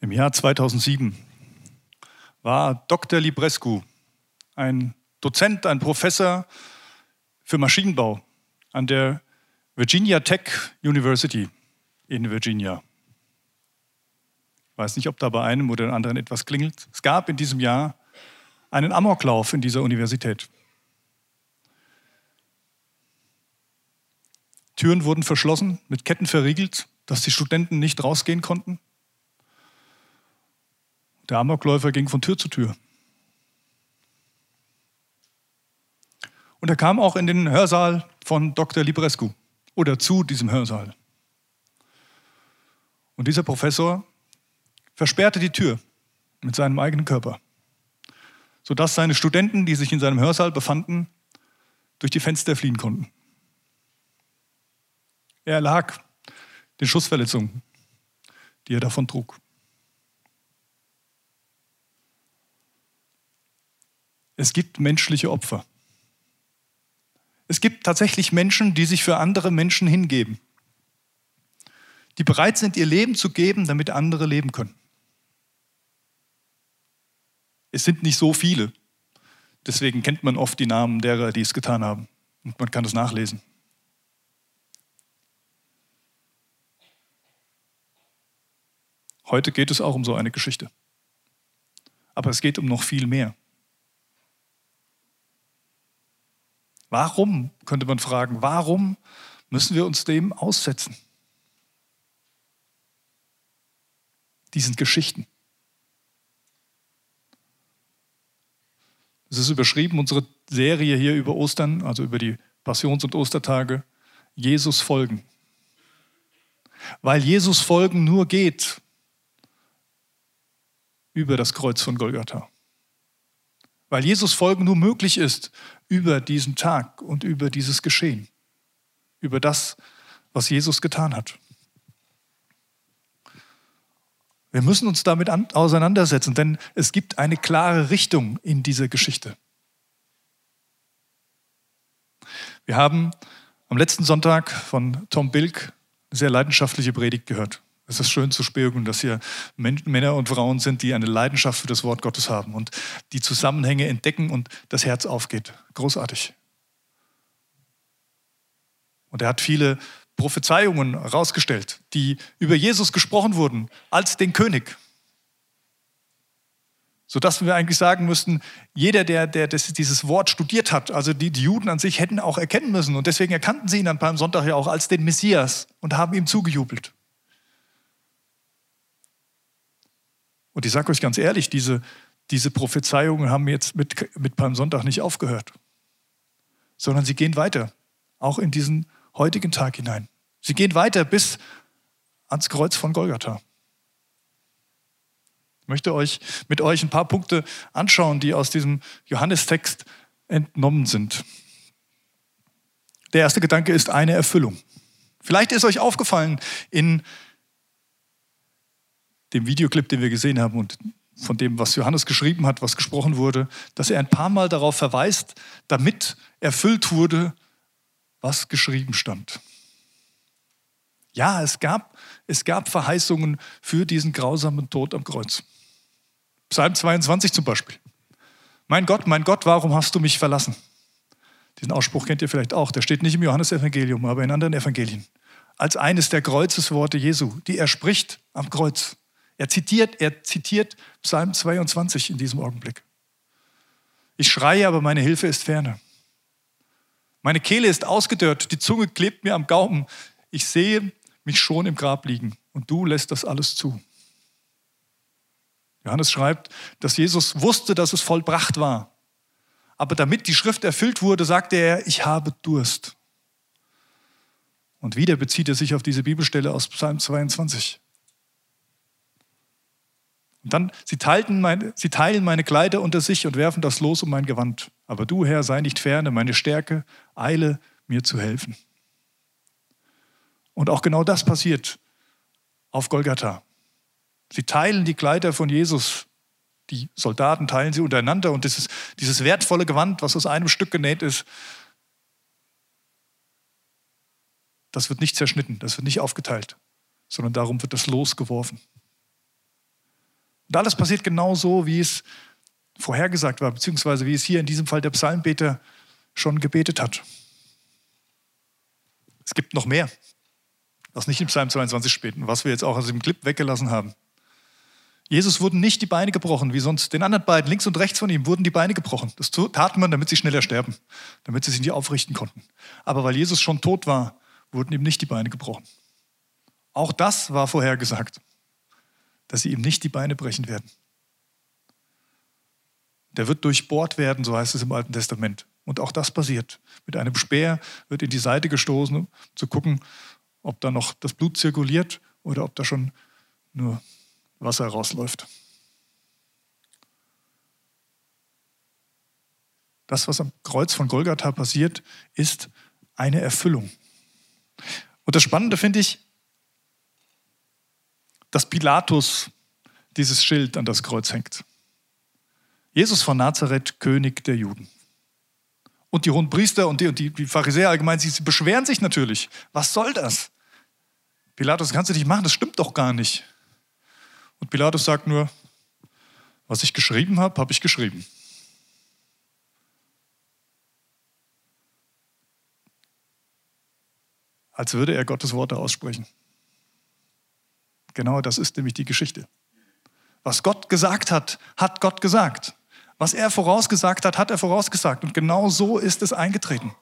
Im Jahr 2007 war Dr. Librescu ein Dozent, ein Professor für Maschinenbau an der Virginia Tech University in Virginia. Ich weiß nicht, ob da bei einem oder den anderen etwas klingelt. Es gab in diesem Jahr einen Amoklauf in dieser Universität. Türen wurden verschlossen, mit Ketten verriegelt, dass die Studenten nicht rausgehen konnten. Der Amokläufer ging von Tür zu Tür. Und er kam auch in den Hörsaal von Dr. Librescu oder zu diesem Hörsaal. Und dieser Professor versperrte die Tür mit seinem eigenen Körper, sodass seine Studenten, die sich in seinem Hörsaal befanden, durch die Fenster fliehen konnten. Er erlag den Schussverletzungen, die er davon trug. Es gibt menschliche Opfer. Es gibt tatsächlich Menschen, die sich für andere Menschen hingeben, die bereit sind, ihr Leben zu geben, damit andere leben können. Es sind nicht so viele. Deswegen kennt man oft die Namen derer, die es getan haben. Und man kann es nachlesen. Heute geht es auch um so eine Geschichte. Aber es geht um noch viel mehr. Warum, könnte man fragen, warum müssen wir uns dem aussetzen? Diesen Geschichten. Es ist überschrieben, unsere Serie hier über Ostern, also über die Passions- und Ostertage, Jesus folgen. Weil Jesus folgen nur geht über das Kreuz von Golgatha. Weil Jesus folgen nur möglich ist über diesen Tag und über dieses Geschehen. Über das, was Jesus getan hat. Wir müssen uns damit auseinandersetzen, denn es gibt eine klare Richtung in dieser Geschichte. Wir haben am letzten Sonntag von Tom Bilk eine sehr leidenschaftliche Predigt gehört. Es ist schön zu spüren, dass hier Männer und Frauen sind, die eine Leidenschaft für das Wort Gottes haben und die Zusammenhänge entdecken und das Herz aufgeht. Großartig. Und er hat viele Prophezeiungen herausgestellt, die über Jesus gesprochen wurden, als den König. Sodass wir eigentlich sagen müssten, jeder, der dieses Wort studiert hat, also die Juden an sich, hätten auch erkennen müssen. Und deswegen erkannten sie ihn an Palmsonntag ja auch als den Messias und haben ihm zugejubelt. Und ich sage euch ganz ehrlich, diese Prophezeiungen haben jetzt mit Palmsonntag nicht aufgehört, sondern sie gehen weiter, auch in diesen heutigen Tag hinein. Sie gehen weiter bis ans Kreuz von Golgatha. Ich möchte mit euch ein paar Punkte anschauen, die aus diesem Johannestext entnommen sind. Der erste Gedanke ist eine Erfüllung. Vielleicht ist euch aufgefallen in dem Videoclip, den wir gesehen haben und von dem, was Johannes geschrieben hat, was gesprochen wurde, dass er ein paar Mal darauf verweist, damit erfüllt wurde, was geschrieben stand. Ja, es gab Verheißungen für diesen grausamen Tod am Kreuz. Psalm 22 zum Beispiel. Mein Gott, warum hast du mich verlassen? Diesen Ausspruch kennt ihr vielleicht auch. Der steht nicht im Johannesevangelium, aber in anderen Evangelien. Als eines der Kreuzesworte Jesu, die er spricht am Kreuz. Er zitiert Psalm 22 in diesem Augenblick. Ich schreie, aber meine Hilfe ist ferne. Meine Kehle ist ausgedörrt, die Zunge klebt mir am Gaumen. Ich sehe mich schon im Grab liegen und du lässt das alles zu. Johannes schreibt, dass Jesus wusste, dass es vollbracht war. Aber damit die Schrift erfüllt wurde, sagte er, ich habe Durst. Und wieder bezieht er sich auf diese Bibelstelle aus Psalm 22. Und dann, sie teilen meine Kleider unter sich und werfen das Los um mein Gewand. Aber du, Herr, sei nicht ferne, meine Stärke, eile mir zu helfen. Und auch genau das passiert auf Golgatha. Sie teilen die Kleider von Jesus. Die Soldaten teilen sie untereinander und dieses wertvolle Gewand, was aus einem Stück genäht ist, das wird nicht zerschnitten, das wird nicht aufgeteilt, sondern darum wird das Los geworfen. Und alles passiert genau so, wie es vorhergesagt war, beziehungsweise wie es hier in diesem Fall der Psalmbeter schon gebetet hat. Es gibt noch mehr, was nicht im Psalm 22 steht und was wir jetzt auch aus dem Clip weggelassen haben. Jesus wurden nicht die Beine gebrochen, wie sonst. Den anderen beiden, links und rechts von ihm, wurden die Beine gebrochen. Das tat man, damit sie schneller sterben, damit sie sich nicht aufrichten konnten. Aber weil Jesus schon tot war, wurden ihm nicht die Beine gebrochen. Auch das war vorhergesagt, dass sie ihm nicht die Beine brechen werden. Der wird durchbohrt werden, so heißt es im Alten Testament. Und auch das passiert. Mit einem Speer wird in die Seite gestoßen, um zu gucken, ob da noch das Blut zirkuliert oder ob da schon nur Wasser rausläuft. Das, was am Kreuz von Golgatha passiert, ist eine Erfüllung. Und das Spannende finde ich, dass Pilatus dieses Schild an das Kreuz hängt. Jesus von Nazareth, König der Juden. Und die Hohenpriester und die Pharisäer allgemein, sie beschweren sich natürlich. Was soll das? Pilatus, das kannst du nicht machen, das stimmt doch gar nicht. Und Pilatus sagt nur, was ich geschrieben habe, habe ich geschrieben. Als würde er Gottes Worte aussprechen. Genau das ist nämlich die Geschichte. Was Gott gesagt hat, hat Gott gesagt. Was er vorausgesagt hat, hat er vorausgesagt. Und genau so ist es eingetreten.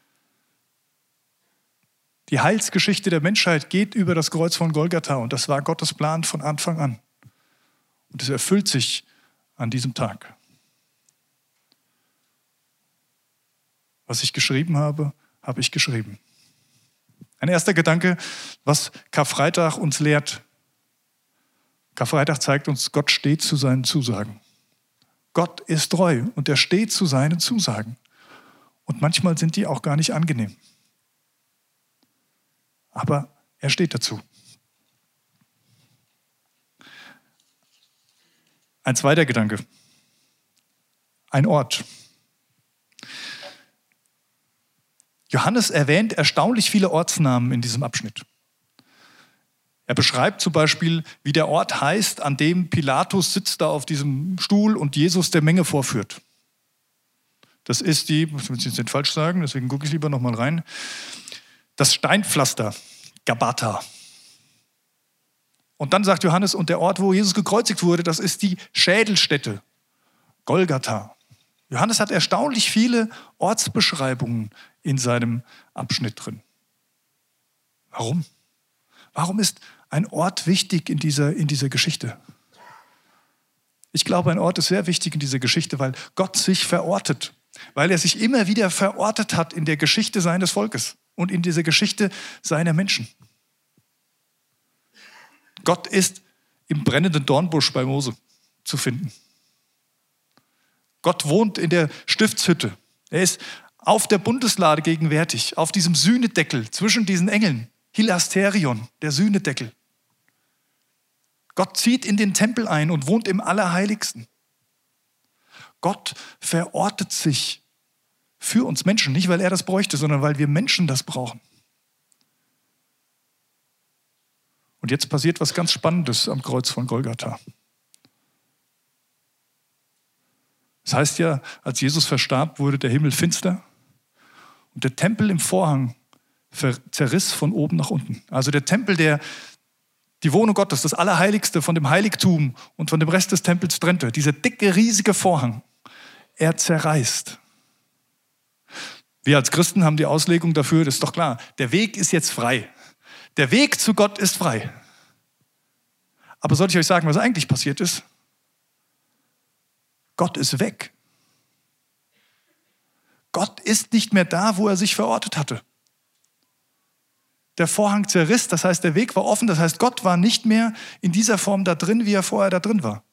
Die Heilsgeschichte der Menschheit geht über das Kreuz von Golgatha und das war Gottes Plan von Anfang an. Und es erfüllt sich an diesem Tag. Was ich geschrieben habe, habe ich geschrieben. Ein erster Gedanke, was Karfreitag uns lehrt. Karfreitag zeigt uns, Gott steht zu seinen Zusagen. Gott ist treu und er steht zu seinen Zusagen. Und manchmal sind die auch gar nicht angenehm. Aber er steht dazu. Ein zweiter Gedanke. Ein Ort. Johannes erwähnt erstaunlich viele Ortsnamen in diesem Abschnitt. Er beschreibt zum Beispiel, wie der Ort heißt, an dem Pilatus sitzt da auf diesem Stuhl und Jesus der Menge vorführt. Das ist ich will es jetzt nicht falsch sagen, deswegen gucke ich lieber nochmal rein. Das Steinpflaster, Gabata. Und dann sagt Johannes, und der Ort, wo Jesus gekreuzigt wurde, das ist die Schädelstätte, Golgatha. Johannes hat erstaunlich viele Ortsbeschreibungen in seinem Abschnitt drin. Warum? Warum ist ein Ort wichtig in dieser Geschichte? Ich glaube, ein Ort ist sehr wichtig in dieser Geschichte, weil Gott sich verortet. Weil er sich immer wieder verortet hat in der Geschichte seines Volkes und in dieser Geschichte seiner Menschen. Gott ist im brennenden Dornbusch bei Mose zu finden. Gott wohnt in der Stiftshütte. Er ist auf der Bundeslade gegenwärtig, auf diesem Sühnedeckel zwischen diesen Engeln. Hilasterion, der Sühnedeckel. Gott zieht in den Tempel ein und wohnt im Allerheiligsten. Gott verortet sich für uns Menschen, nicht weil er das bräuchte, sondern weil wir Menschen das brauchen. Und jetzt passiert was ganz Spannendes am Kreuz von Golgatha. Das heißt ja, als Jesus verstarb, wurde der Himmel finster und der Tempel im Vorhang zerriss von oben nach unten. Also der Tempel, der die Wohnung Gottes, das Allerheiligste von dem Heiligtum und von dem Rest des Tempels trennte, dieser dicke, riesige Vorhang, er zerreißt. Wir als Christen haben die Auslegung dafür, das ist doch klar, der Weg ist jetzt frei. Der Weg zu Gott ist frei. Aber soll ich euch sagen, was eigentlich passiert ist? Gott ist weg. Gott ist nicht mehr da, wo er sich verortet hatte. Der Vorhang zerriss, das heißt, der Weg war offen, das heißt, Gott war nicht mehr in dieser Form da drin, wie er vorher da drin war.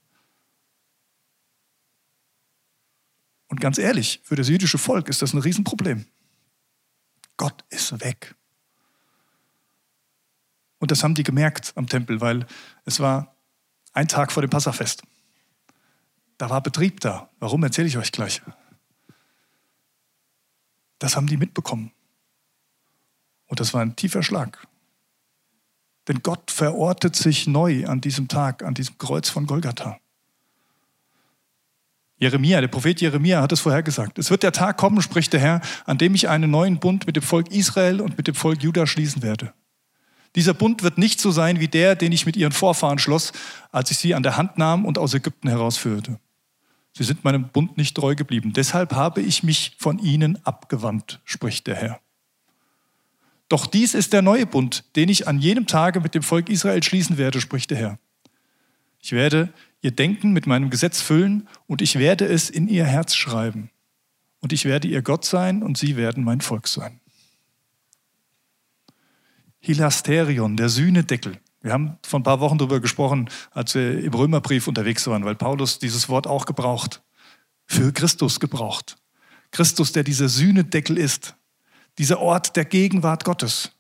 Und ganz ehrlich, für das jüdische Volk ist das ein Riesenproblem. Gott ist weg. Und das haben die gemerkt am Tempel, weil es war ein Tag vor dem Passafest. Da war Betrieb da. Warum, erzähle ich euch gleich. Das haben die mitbekommen. Und das war ein tiefer Schlag. Denn Gott verortet sich neu an diesem Tag, an diesem Kreuz von Golgatha. Jeremia, der Prophet Jeremia hat es vorhergesagt. Es wird der Tag kommen, spricht der Herr, an dem ich einen neuen Bund mit dem Volk Israel und mit dem Volk Juda schließen werde. Dieser Bund wird nicht so sein wie der, den ich mit ihren Vorfahren schloss, als ich sie an der Hand nahm und aus Ägypten herausführte. Sie sind meinem Bund nicht treu geblieben. Deshalb habe ich mich von ihnen abgewandt, spricht der Herr. Doch dies ist der neue Bund, den ich an jenem Tage mit dem Volk Israel schließen werde, spricht der Herr. Ich werde ihr Denken mit meinem Gesetz füllen und ich werde es in ihr Herz schreiben. Und ich werde ihr Gott sein und sie werden mein Volk sein. Hilasterion, der Sühnedeckel. Wir haben vor ein paar Wochen darüber gesprochen, als wir im Römerbrief unterwegs waren, weil Paulus dieses Wort auch gebraucht. Für Christus gebraucht. Christus, der dieser Sühnedeckel ist. Dieser Ort der Gegenwart Gottes.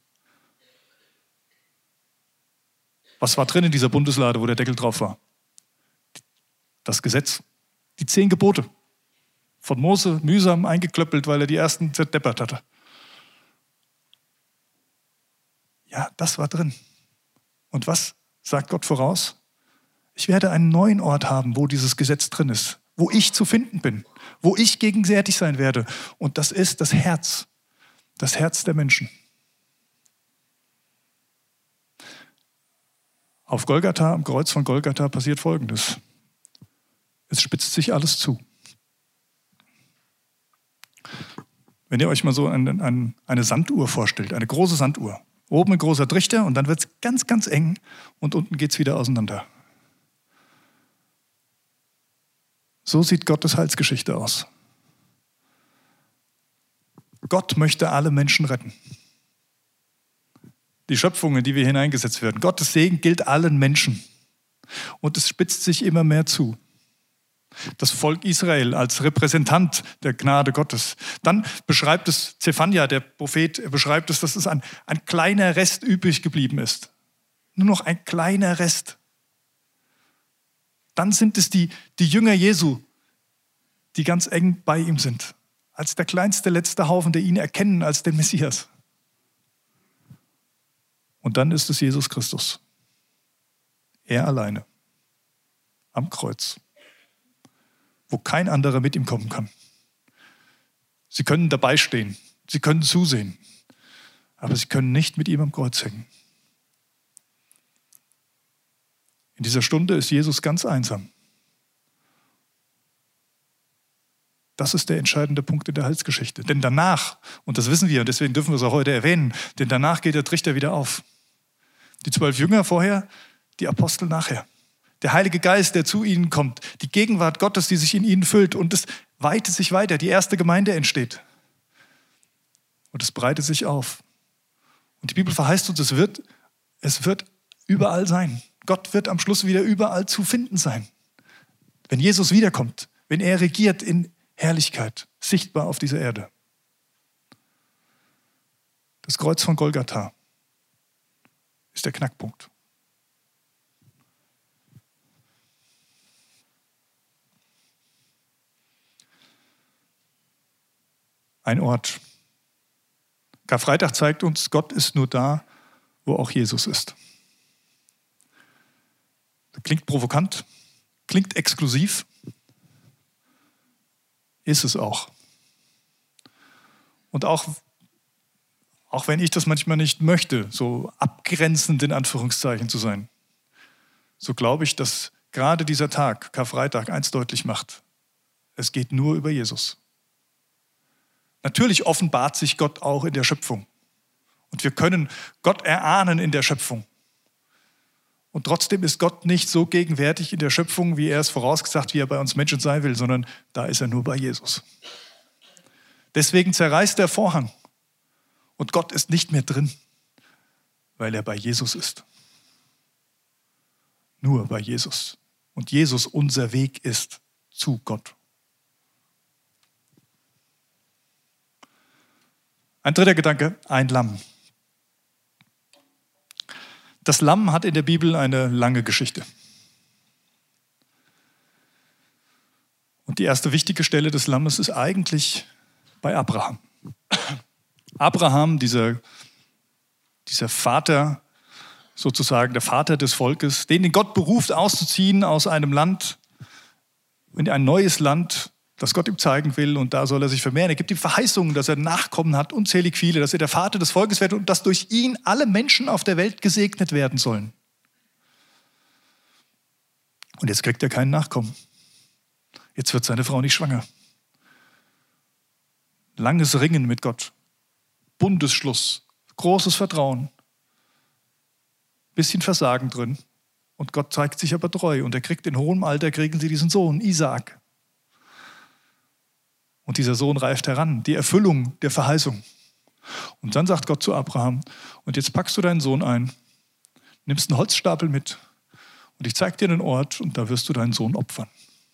Was war drin in dieser Bundeslade, wo der Deckel drauf war? Das Gesetz, die 10 Gebote. Von Mose mühsam eingeklöppelt, weil er die ersten zerdeppert hatte. Ja, das war drin. Und was sagt Gott voraus? Ich werde einen neuen Ort haben, wo dieses Gesetz drin ist, wo ich zu finden bin, wo ich gegenwärtig sein werde. Und das ist das Herz der Menschen. Auf Golgatha, am Kreuz von Golgatha, passiert Folgendes. Es spitzt sich alles zu. Wenn ihr euch mal so eine Sanduhr vorstellt, eine große Sanduhr, oben ein großer Trichter und dann wird es ganz, ganz eng und unten geht es wieder auseinander. So sieht Gottes Heilsgeschichte aus. Gott möchte alle Menschen retten. Die Schöpfung, in die wir hineingesetzt werden. Gottes Segen gilt allen Menschen. Und es spitzt sich immer mehr zu. Das Volk Israel als Repräsentant der Gnade Gottes. Dann beschreibt es Zephania, der Prophet, er beschreibt es, dass es ein kleiner Rest übrig geblieben ist. Nur noch ein kleiner Rest. Dann sind es die Jünger Jesu, die ganz eng bei ihm sind. Als der kleinste letzte Haufen, der ihn erkennen als den Messias. Und dann ist es Jesus Christus. Er alleine. Am Kreuz. Wo kein anderer mit ihm kommen kann. Sie können dabei stehen, sie können zusehen, aber sie können nicht mit ihm am Kreuz hängen. In dieser Stunde ist Jesus ganz einsam. Das ist der entscheidende Punkt in der Heilsgeschichte. Denn danach, und das wissen wir, und deswegen dürfen wir es auch heute erwähnen, denn danach geht der Trichter wieder auf. Die 12 Jünger vorher, die Apostel nachher. Der Heilige Geist, der zu ihnen kommt, die Gegenwart Gottes, die sich in ihnen füllt und es weitet sich weiter, die erste Gemeinde entsteht. Und es breitet sich auf. Und die Bibel verheißt uns, es wird überall sein. Gott wird am Schluss wieder überall zu finden sein. Wenn Jesus wiederkommt, wenn er regiert in Herrlichkeit, sichtbar auf dieser Erde. Das Kreuz von Golgatha ist der Knackpunkt. Ein Ort. Karfreitag zeigt uns, Gott ist nur da, wo auch Jesus ist. Das klingt provokant, klingt exklusiv, ist es auch. Und auch wenn ich das manchmal nicht möchte, so abgrenzend in Anführungszeichen zu sein, so glaube ich, dass gerade dieser Tag, Karfreitag, eins deutlich macht. Es geht nur über Jesus. Natürlich offenbart sich Gott auch in der Schöpfung. Und wir können Gott erahnen in der Schöpfung. Und trotzdem ist Gott nicht so gegenwärtig in der Schöpfung, wie er es vorausgesagt, wie er bei uns Menschen sein will, sondern da ist er nur bei Jesus. Deswegen zerreißt der Vorhang. Und Gott ist nicht mehr drin, weil er bei Jesus ist. Nur bei Jesus. Und Jesus unser Weg ist zu Gott. Ein dritter Gedanke, ein Lamm. Das Lamm hat in der Bibel eine lange Geschichte. Und die erste wichtige Stelle des Lammes ist eigentlich bei Abraham. Abraham, dieser Vater sozusagen der Vater des Volkes, den Gott beruft, auszuziehen aus einem Land in ein neues Land, das Gott ihm zeigen will, und da soll er sich vermehren. Er gibt ihm Verheißungen, dass er Nachkommen hat, unzählig viele, dass er der Vater des Volkes wird und dass durch ihn alle Menschen auf der Welt gesegnet werden sollen. Und jetzt kriegt er keinen Nachkommen. Jetzt wird seine Frau nicht schwanger. Langes Ringen mit Gott, Bundesschluss, großes Vertrauen, bisschen Versagen drin. Und Gott zeigt sich aber treu. Und er kriegt in hohem Alter, kriegen sie diesen Sohn, Isaak. Und dieser Sohn reift heran, die Erfüllung der Verheißung. Und dann sagt Gott zu Abraham, und jetzt packst du deinen Sohn ein, nimmst einen Holzstapel mit und ich zeige dir einen Ort und da wirst du deinen Sohn opfern.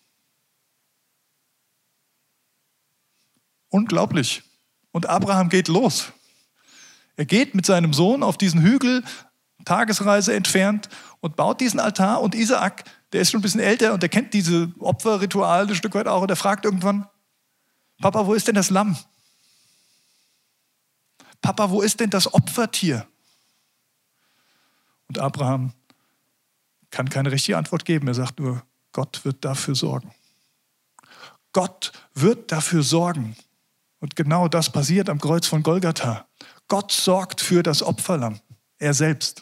Unglaublich. Und Abraham geht los. Er geht mit seinem Sohn auf diesen Hügel, Tagesreise entfernt, und baut diesen Altar. Und Isaak, der ist schon ein bisschen älter und der kennt diese Opferrituale ein Stück weit auch. Und er fragt irgendwann, Papa, wo ist denn das Lamm? Papa, wo ist denn das Opfertier? Und Abraham kann keine richtige Antwort geben. Er sagt nur, Gott wird dafür sorgen. Gott wird dafür sorgen. Und genau das passiert am Kreuz von Golgatha. Gott sorgt für das Opferlamm. Er selbst.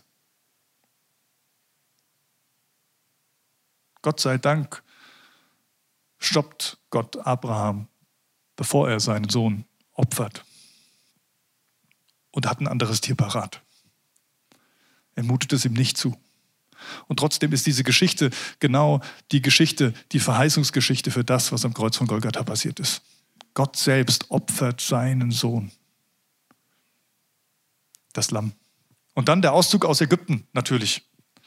Gott sei Dank stoppt Gott Abraham, bevor er seinen Sohn opfert. Und hat ein anderes Tier parat. Er mutet es ihm nicht zu. Und trotzdem ist diese Geschichte genau die Geschichte, die Verheißungsgeschichte für das, was am Kreuz von Golgatha passiert ist. Gott selbst opfert seinen Sohn. Das Lamm. Und dann der Auszug aus Ägypten, natürlich.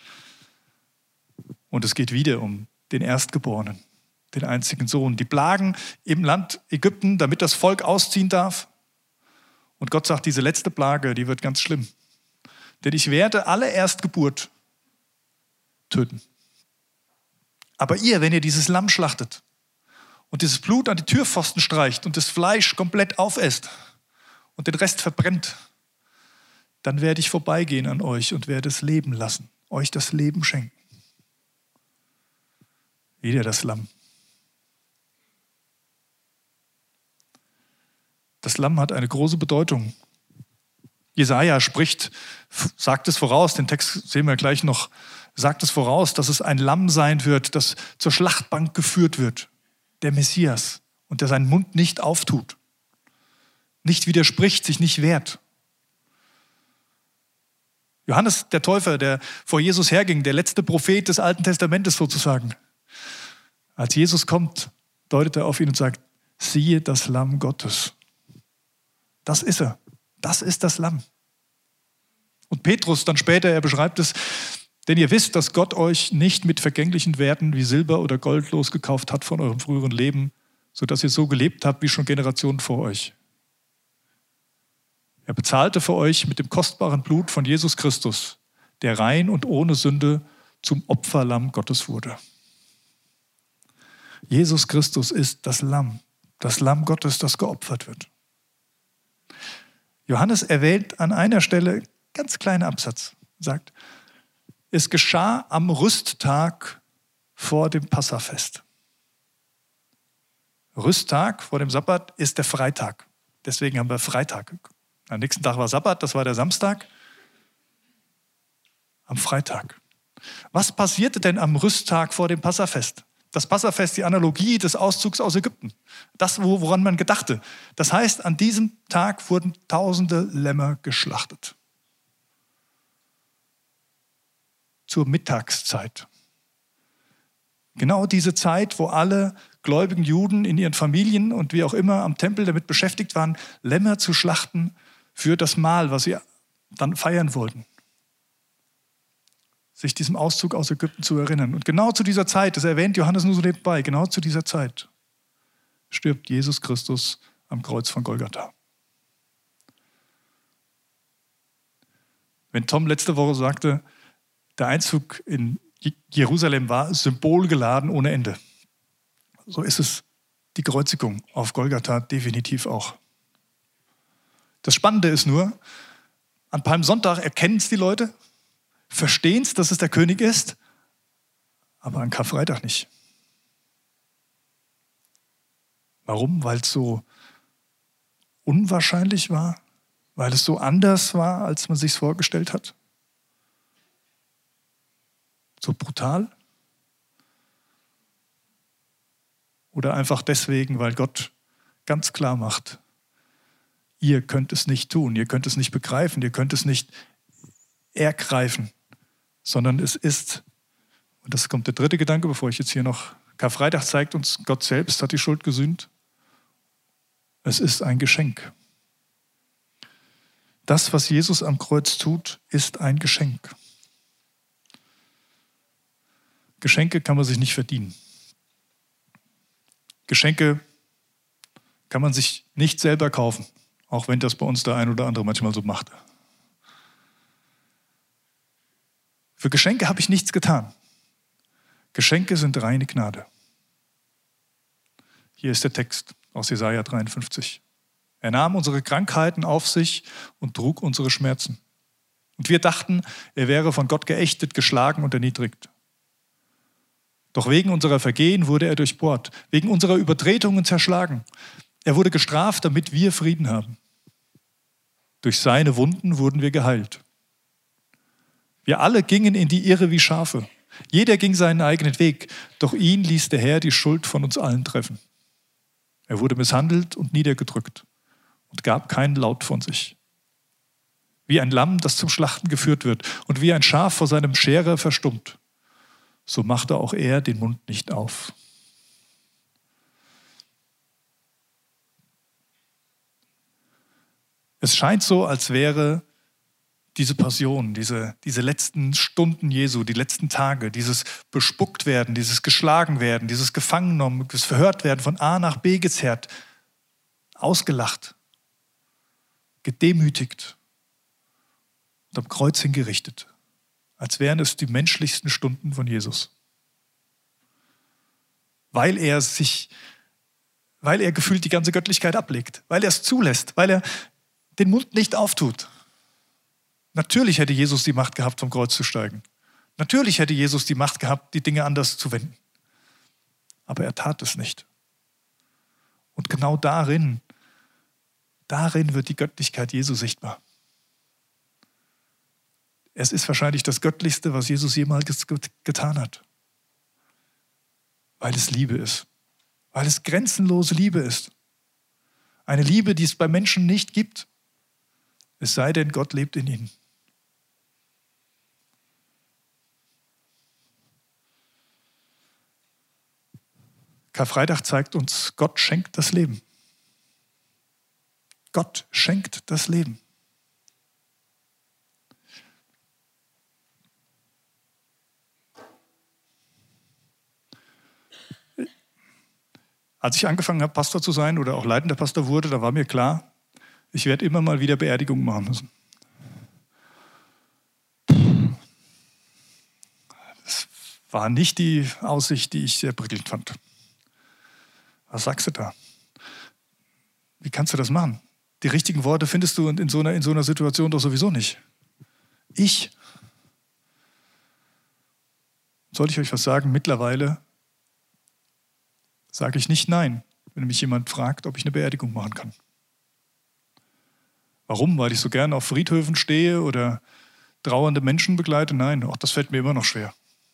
Und es geht wieder um den Erstgeborenen, den einzigen Sohn. Die Plagen im Land Ägypten, damit das Volk ausziehen darf. Und Gott sagt, diese letzte Plage, die wird ganz schlimm. Denn ich werde alle Erstgeburt töten. Aber ihr, wenn ihr dieses Lamm schlachtet und dieses Blut an die Türpfosten streicht und das Fleisch komplett aufesst und den Rest verbrennt, dann werde ich vorbeigehen an euch und werde es leben lassen, euch das Leben schenken. Wieder das Lamm. Das Lamm hat eine große Bedeutung. Jesaja spricht, sagt es voraus, den Text sehen wir gleich noch, sagt es voraus, dass es ein Lamm sein wird, das zur Schlachtbank geführt wird, der Messias, und der seinen Mund nicht auftut, nicht widerspricht, sich nicht wehrt. Johannes der Täufer, der vor Jesus herging, der letzte Prophet des Alten Testamentes sozusagen. Als Jesus kommt, deutet er auf ihn und sagt, siehe das Lamm Gottes. Das ist er. Das ist das Lamm. Und Petrus dann später, er beschreibt es, denn ihr wisst, dass Gott euch nicht mit vergänglichen Werten wie Silber oder Gold losgekauft hat von eurem früheren Leben, sodass ihr so gelebt habt wie schon Generationen vor euch. Er bezahlte für euch mit dem kostbaren Blut von Jesus Christus, der rein und ohne Sünde zum Opferlamm Gottes wurde. Jesus Christus ist das Lamm Gottes, das geopfert wird. Johannes erwähnt an einer Stelle, ganz kleiner Absatz, sagt, es geschah am Rüsttag vor dem Passafest. Rüsttag vor dem Sabbat ist der Freitag. Deswegen haben wir Freitag. Am nächsten Tag war Sabbat, das war der Samstag. Am Freitag. Was passierte denn am Rüsttag vor dem Passafest? Das Passafest, die Analogie des Auszugs aus Ägypten. Das, woran man gedachte. Das heißt, an diesem Tag wurden tausende Lämmer geschlachtet. Zur Mittagszeit. Genau diese Zeit, wo alle gläubigen Juden in ihren Familien und wie auch immer am Tempel damit beschäftigt waren, Lämmer zu schlachten für das Mahl, was sie dann feiern wollten. Sich diesem Auszug aus Ägypten zu erinnern. Und genau zu dieser Zeit, das erwähnt Johannes nur so nebenbei, genau zu dieser Zeit stirbt Jesus Christus am Kreuz von Golgatha. Wenn Tom letzte Woche sagte, der Einzug in Jerusalem war symbolgeladen ohne Ende. So ist es die Kreuzigung auf Golgatha definitiv auch. Das Spannende ist nur, an Palmsonntag erkennen es die Leute, verstehen es, dass es der König ist, aber an Karfreitag nicht. Warum? Weil es so unwahrscheinlich war? Weil es so anders war, als man sich vorgestellt hat? So brutal? Oder einfach deswegen, weil Gott ganz klar macht, ihr könnt es nicht tun, ihr könnt es nicht begreifen, ihr könnt es nicht ergreifen, sondern es ist, und das kommt der dritte Gedanke, bevor ich jetzt hier noch, Karfreitag zeigt uns, Gott selbst hat die Schuld gesühnt. Es ist ein Geschenk. Das, was Jesus am Kreuz tut, ist ein Geschenk. Geschenke kann man sich nicht verdienen. Geschenke kann man sich nicht selber kaufen, auch wenn das bei uns der ein oder andere manchmal so macht. Für Geschenke habe ich nichts getan. Geschenke sind reine Gnade. Hier ist der Text aus Jesaja 53. Er nahm unsere Krankheiten auf sich und trug unsere Schmerzen. Und wir dachten, er wäre von Gott geächtet, geschlagen und erniedrigt. Doch wegen unserer Vergehen wurde er durchbohrt, wegen unserer Übertretungen zerschlagen. Er wurde gestraft, damit wir Frieden haben. Durch seine Wunden wurden wir geheilt. Wir alle gingen in die Irre wie Schafe. Jeder ging seinen eigenen Weg, doch ihn ließ der Herr die Schuld von uns allen treffen. Er wurde misshandelt und niedergedrückt und gab keinen Laut von sich. Wie ein Lamm, das zum Schlachten geführt wird und wie ein Schaf vor seinem Scherer verstummt, so machte auch er den Mund nicht auf. Es scheint so, als wäre diese Passion, diese letzten Stunden Jesu, die letzten Tage, dieses bespuckt werden, dieses geschlagen werden, dieses gefangen genommen, das verhört werden, von A nach B gezerrt, ausgelacht, gedemütigt und am Kreuz hingerichtet, als wären es die menschlichsten Stunden von Jesus. Weil er gefühlt die ganze Göttlichkeit ablegt, weil er es zulässt, weil er den Mund nicht auftut. Natürlich hätte Jesus die Macht gehabt, vom Kreuz zu steigen. Natürlich hätte Jesus die Macht gehabt, die Dinge anders zu wenden. Aber er tat es nicht. Und genau darin wird die Göttlichkeit Jesu sichtbar. Es ist wahrscheinlich das Göttlichste, was Jesus jemals getan hat. Weil es Liebe ist. Weil es grenzenlose Liebe ist. Eine Liebe, die es bei Menschen nicht gibt. Es sei denn, Gott lebt in ihnen. Karfreitag zeigt uns, Gott schenkt das Leben. Gott schenkt das Leben. Als ich angefangen habe, Pastor zu sein oder auch leitender Pastor wurde, da war mir klar, ich werde immer mal wieder Beerdigungen machen müssen. Das war nicht die Aussicht, die ich sehr prickelnd fand. Was sagst du da? Wie kannst du das machen? Die richtigen Worte findest du in so einer Situation doch sowieso nicht. Soll ich euch was sagen? Mittlerweile sage ich nicht nein, wenn mich jemand fragt, ob ich eine Beerdigung machen kann. Warum? Weil ich so gerne auf Friedhöfen stehe oder trauernde Menschen begleite? Nein, auch das fällt mir immer noch schwer.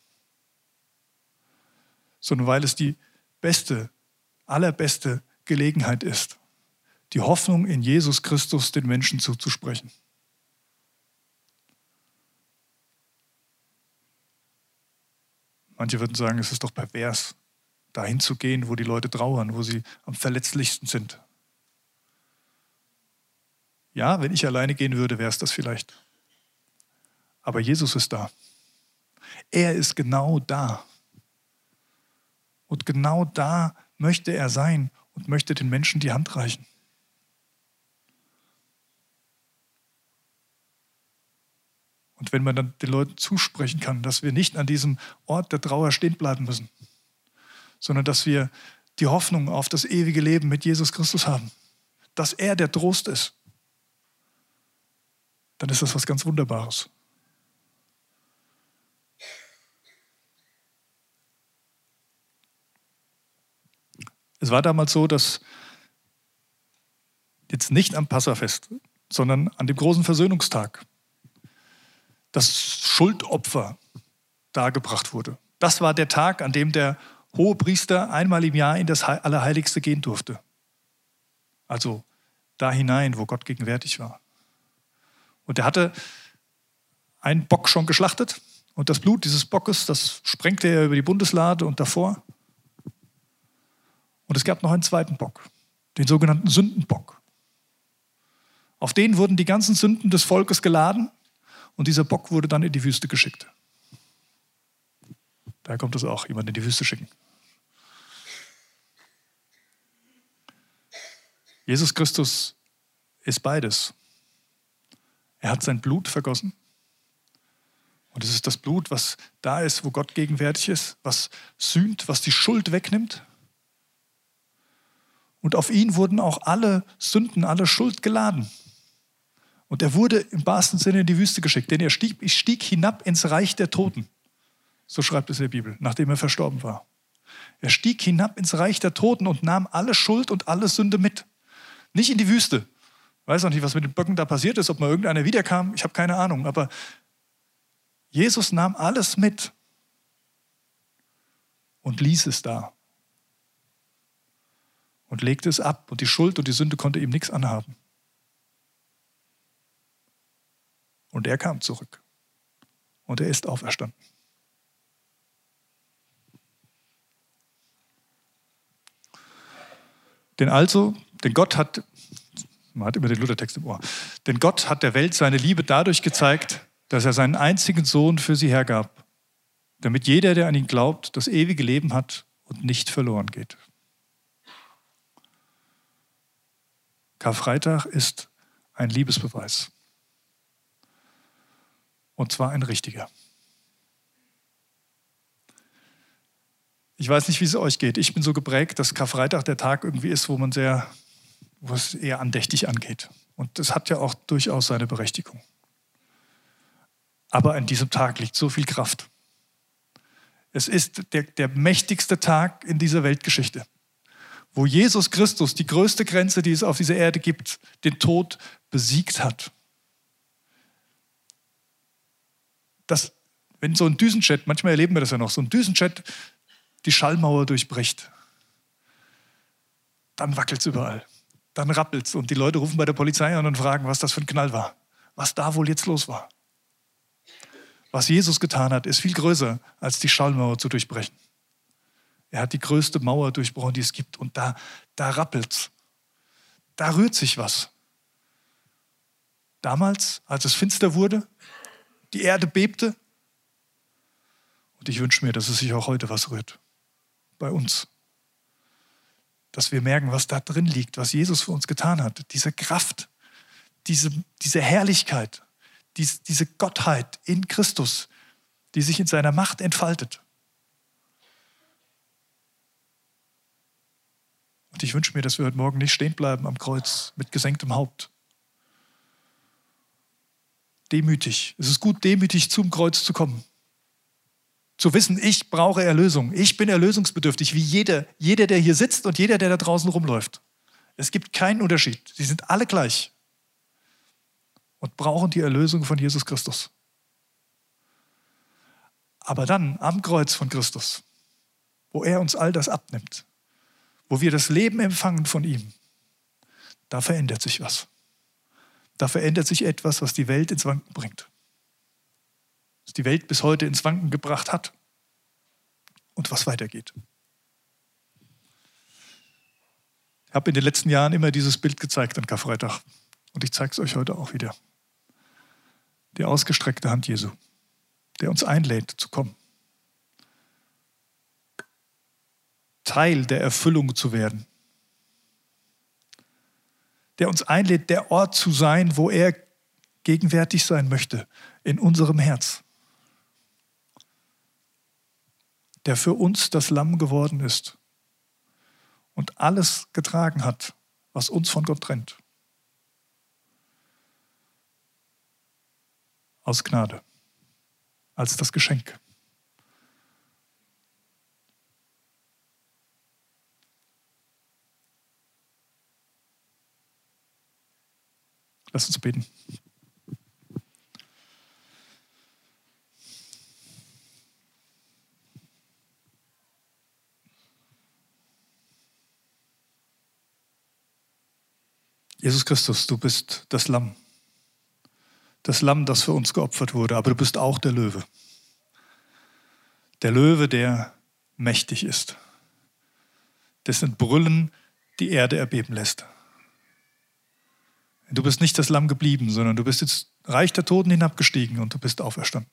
Sondern weil es die allerbeste Gelegenheit ist, die Hoffnung in Jesus Christus den Menschen zuzusprechen. Manche würden sagen, es ist doch pervers, dahin zu gehen, wo die Leute trauern, wo sie am verletzlichsten sind. Ja, wenn ich alleine gehen würde, wäre es das vielleicht. Aber Jesus ist da. Er ist genau da. Und genau da möchte er sein und möchte den Menschen die Hand reichen. Und wenn man dann den Leuten zusprechen kann, dass wir nicht an diesem Ort der Trauer stehen bleiben müssen, sondern dass wir die Hoffnung auf das ewige Leben mit Jesus Christus haben, dass er der Trost ist, dann ist das was ganz Wunderbares. Es war damals so, dass jetzt nicht am Passafest, sondern an dem großen Versöhnungstag das Schuldopfer dargebracht wurde. Das war der Tag, an dem der Hohepriester einmal im Jahr in das Allerheiligste gehen durfte. Also da hinein, wo Gott gegenwärtig war. Und er hatte einen Bock schon geschlachtet und das Blut dieses Bockes, das sprengte er über die Bundeslade und davor. Und es gab noch einen zweiten Bock, den sogenannten Sündenbock. Auf den wurden die ganzen Sünden des Volkes geladen und dieser Bock wurde dann in die Wüste geschickt. Daher kommt es auch, jemanden in die Wüste schicken. Jesus Christus ist beides. Er hat sein Blut vergossen. Und es ist das Blut, was da ist, wo Gott gegenwärtig ist, was sühnt, was die Schuld wegnimmt. Und auf ihn wurden auch alle Sünden, alle Schuld geladen. Und er wurde im wahrsten Sinne in die Wüste geschickt, denn er stieg hinab ins Reich der Toten. So schreibt es in der Bibel, nachdem er verstorben war. Er stieg hinab ins Reich der Toten und nahm alle Schuld und alle Sünde mit. Nicht in die Wüste. Ich weiß noch nicht, was mit den Böcken da passiert ist, ob mal irgendeiner wiederkam, ich habe keine Ahnung. Aber Jesus nahm alles mit und ließ es da. Und legte es ab und die Schuld und die Sünde konnte ihm nichts anhaben. Und er kam zurück. Und er ist auferstanden. Denn Gott hat, man hat immer den Luthertext im Ohr, denn Gott hat der Welt seine Liebe dadurch gezeigt, dass er seinen einzigen Sohn für sie hergab, damit jeder, der an ihn glaubt, das ewige Leben hat und nicht verloren geht. Karfreitag ist ein Liebesbeweis. Und zwar ein richtiger. Ich weiß nicht, wie es euch geht. Ich bin so geprägt, dass Karfreitag der Tag irgendwie ist, wo es eher andächtig angeht. Und das hat ja auch durchaus seine Berechtigung. Aber an diesem Tag liegt so viel Kraft. Es ist der mächtigste Tag in dieser Weltgeschichte, wo Jesus Christus, die größte Grenze, die es auf dieser Erde gibt, den Tod besiegt hat. Wenn so ein Düsenjet, manchmal erleben wir das ja noch, so ein Düsenjet die Schallmauer durchbricht, dann wackelt es überall, dann rappelt es und die Leute rufen bei der Polizei an und fragen, was das für ein Knall war, was da wohl jetzt los war. Was Jesus getan hat, ist viel größer, als die Schallmauer zu durchbrechen. Er hat die größte Mauer durchbrochen, die es gibt und da rappelt es, da rührt sich was. Damals, als es finster wurde, die Erde bebte und ich wünsche mir, dass es sich auch heute was rührt. Bei uns. Dass wir merken, was da drin liegt, was Jesus für uns getan hat. Diese Kraft, diese Herrlichkeit, diese Gottheit in Christus, die sich in seiner Macht entfaltet. Und ich wünsche mir, dass wir heute Morgen nicht stehen bleiben am Kreuz mit gesenktem Haupt. Demütig. Es ist gut, demütig zum Kreuz zu kommen. Zu wissen, ich brauche Erlösung. Ich bin erlösungsbedürftig, wie jeder, der hier sitzt und jeder, der da draußen rumläuft. Es gibt keinen Unterschied. Sie sind alle gleich und brauchen die Erlösung von Jesus Christus. Aber dann am Kreuz von Christus, wo er uns all das abnimmt, wo wir das Leben empfangen von ihm, da verändert sich was. Da verändert sich etwas, was die Welt ins Wanken bringt. Was die Welt bis heute ins Wanken gebracht hat und was weitergeht. Ich habe in den letzten Jahren immer dieses Bild gezeigt an Karfreitag und ich zeige es euch heute auch wieder. Die ausgestreckte Hand Jesu, der uns einlädt zu kommen. Teil der Erfüllung zu werden. Der uns einlädt, der Ort zu sein, wo er gegenwärtig sein möchte, in unserem Herz. Der für uns das Lamm geworden ist und alles getragen hat, was uns von Gott trennt. Aus Gnade, als das Geschenk. Lass uns beten. Jesus Christus, du bist das Lamm. Das Lamm, das für uns geopfert wurde, aber du bist auch der Löwe. Der Löwe, der mächtig ist, dessen Brüllen die Erde erbeben lässt. Du bist nicht das Lamm geblieben, sondern du bist ins Reich der Toten hinabgestiegen und du bist auferstanden.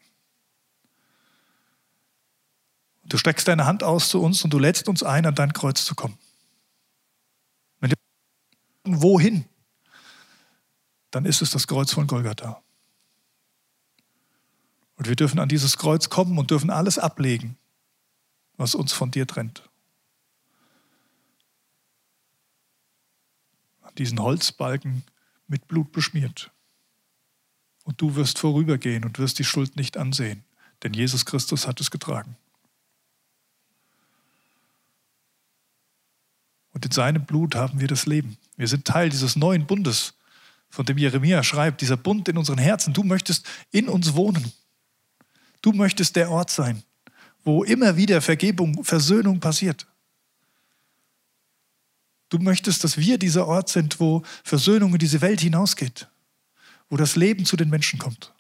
Du streckst deine Hand aus zu uns und du lädst uns ein, an dein Kreuz zu kommen. Wenn wir wohin? Dann ist es das Kreuz von Golgatha. Und wir dürfen an dieses Kreuz kommen und dürfen alles ablegen, was uns von dir trennt. An diesen Holzbalken mit Blut beschmiert. Und du wirst vorübergehen und wirst die Schuld nicht ansehen, denn Jesus Christus hat es getragen. Und in seinem Blut haben wir das Leben. Wir sind Teil dieses neuen Bundes, von dem Jeremia schreibt, dieser Bund in unseren Herzen. Du möchtest in uns wohnen. Du möchtest der Ort sein, wo immer wieder Vergebung, Versöhnung passiert. Du möchtest, dass wir dieser Ort sind, wo Versöhnung in diese Welt hinausgeht, wo das Leben zu den Menschen kommt.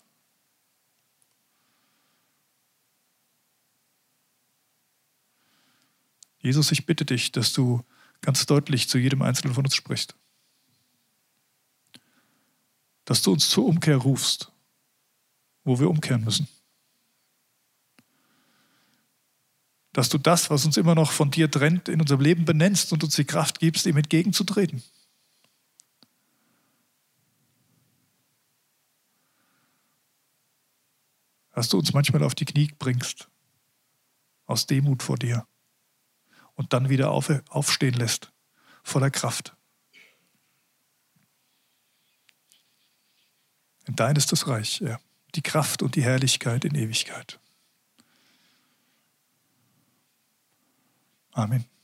Jesus, ich bitte dich, dass du ganz deutlich zu jedem Einzelnen von uns sprichst. Dass du uns zur Umkehr rufst, wo wir umkehren müssen. Dass du das, was uns immer noch von dir trennt, in unserem Leben benennst und uns die Kraft gibst, ihm entgegenzutreten. Dass du uns manchmal auf die Knie bringst, aus Demut vor dir und dann wieder aufstehen lässt, voller Kraft. Denn dein ist das Reich, ja, die Kraft und die Herrlichkeit in Ewigkeit. Amen.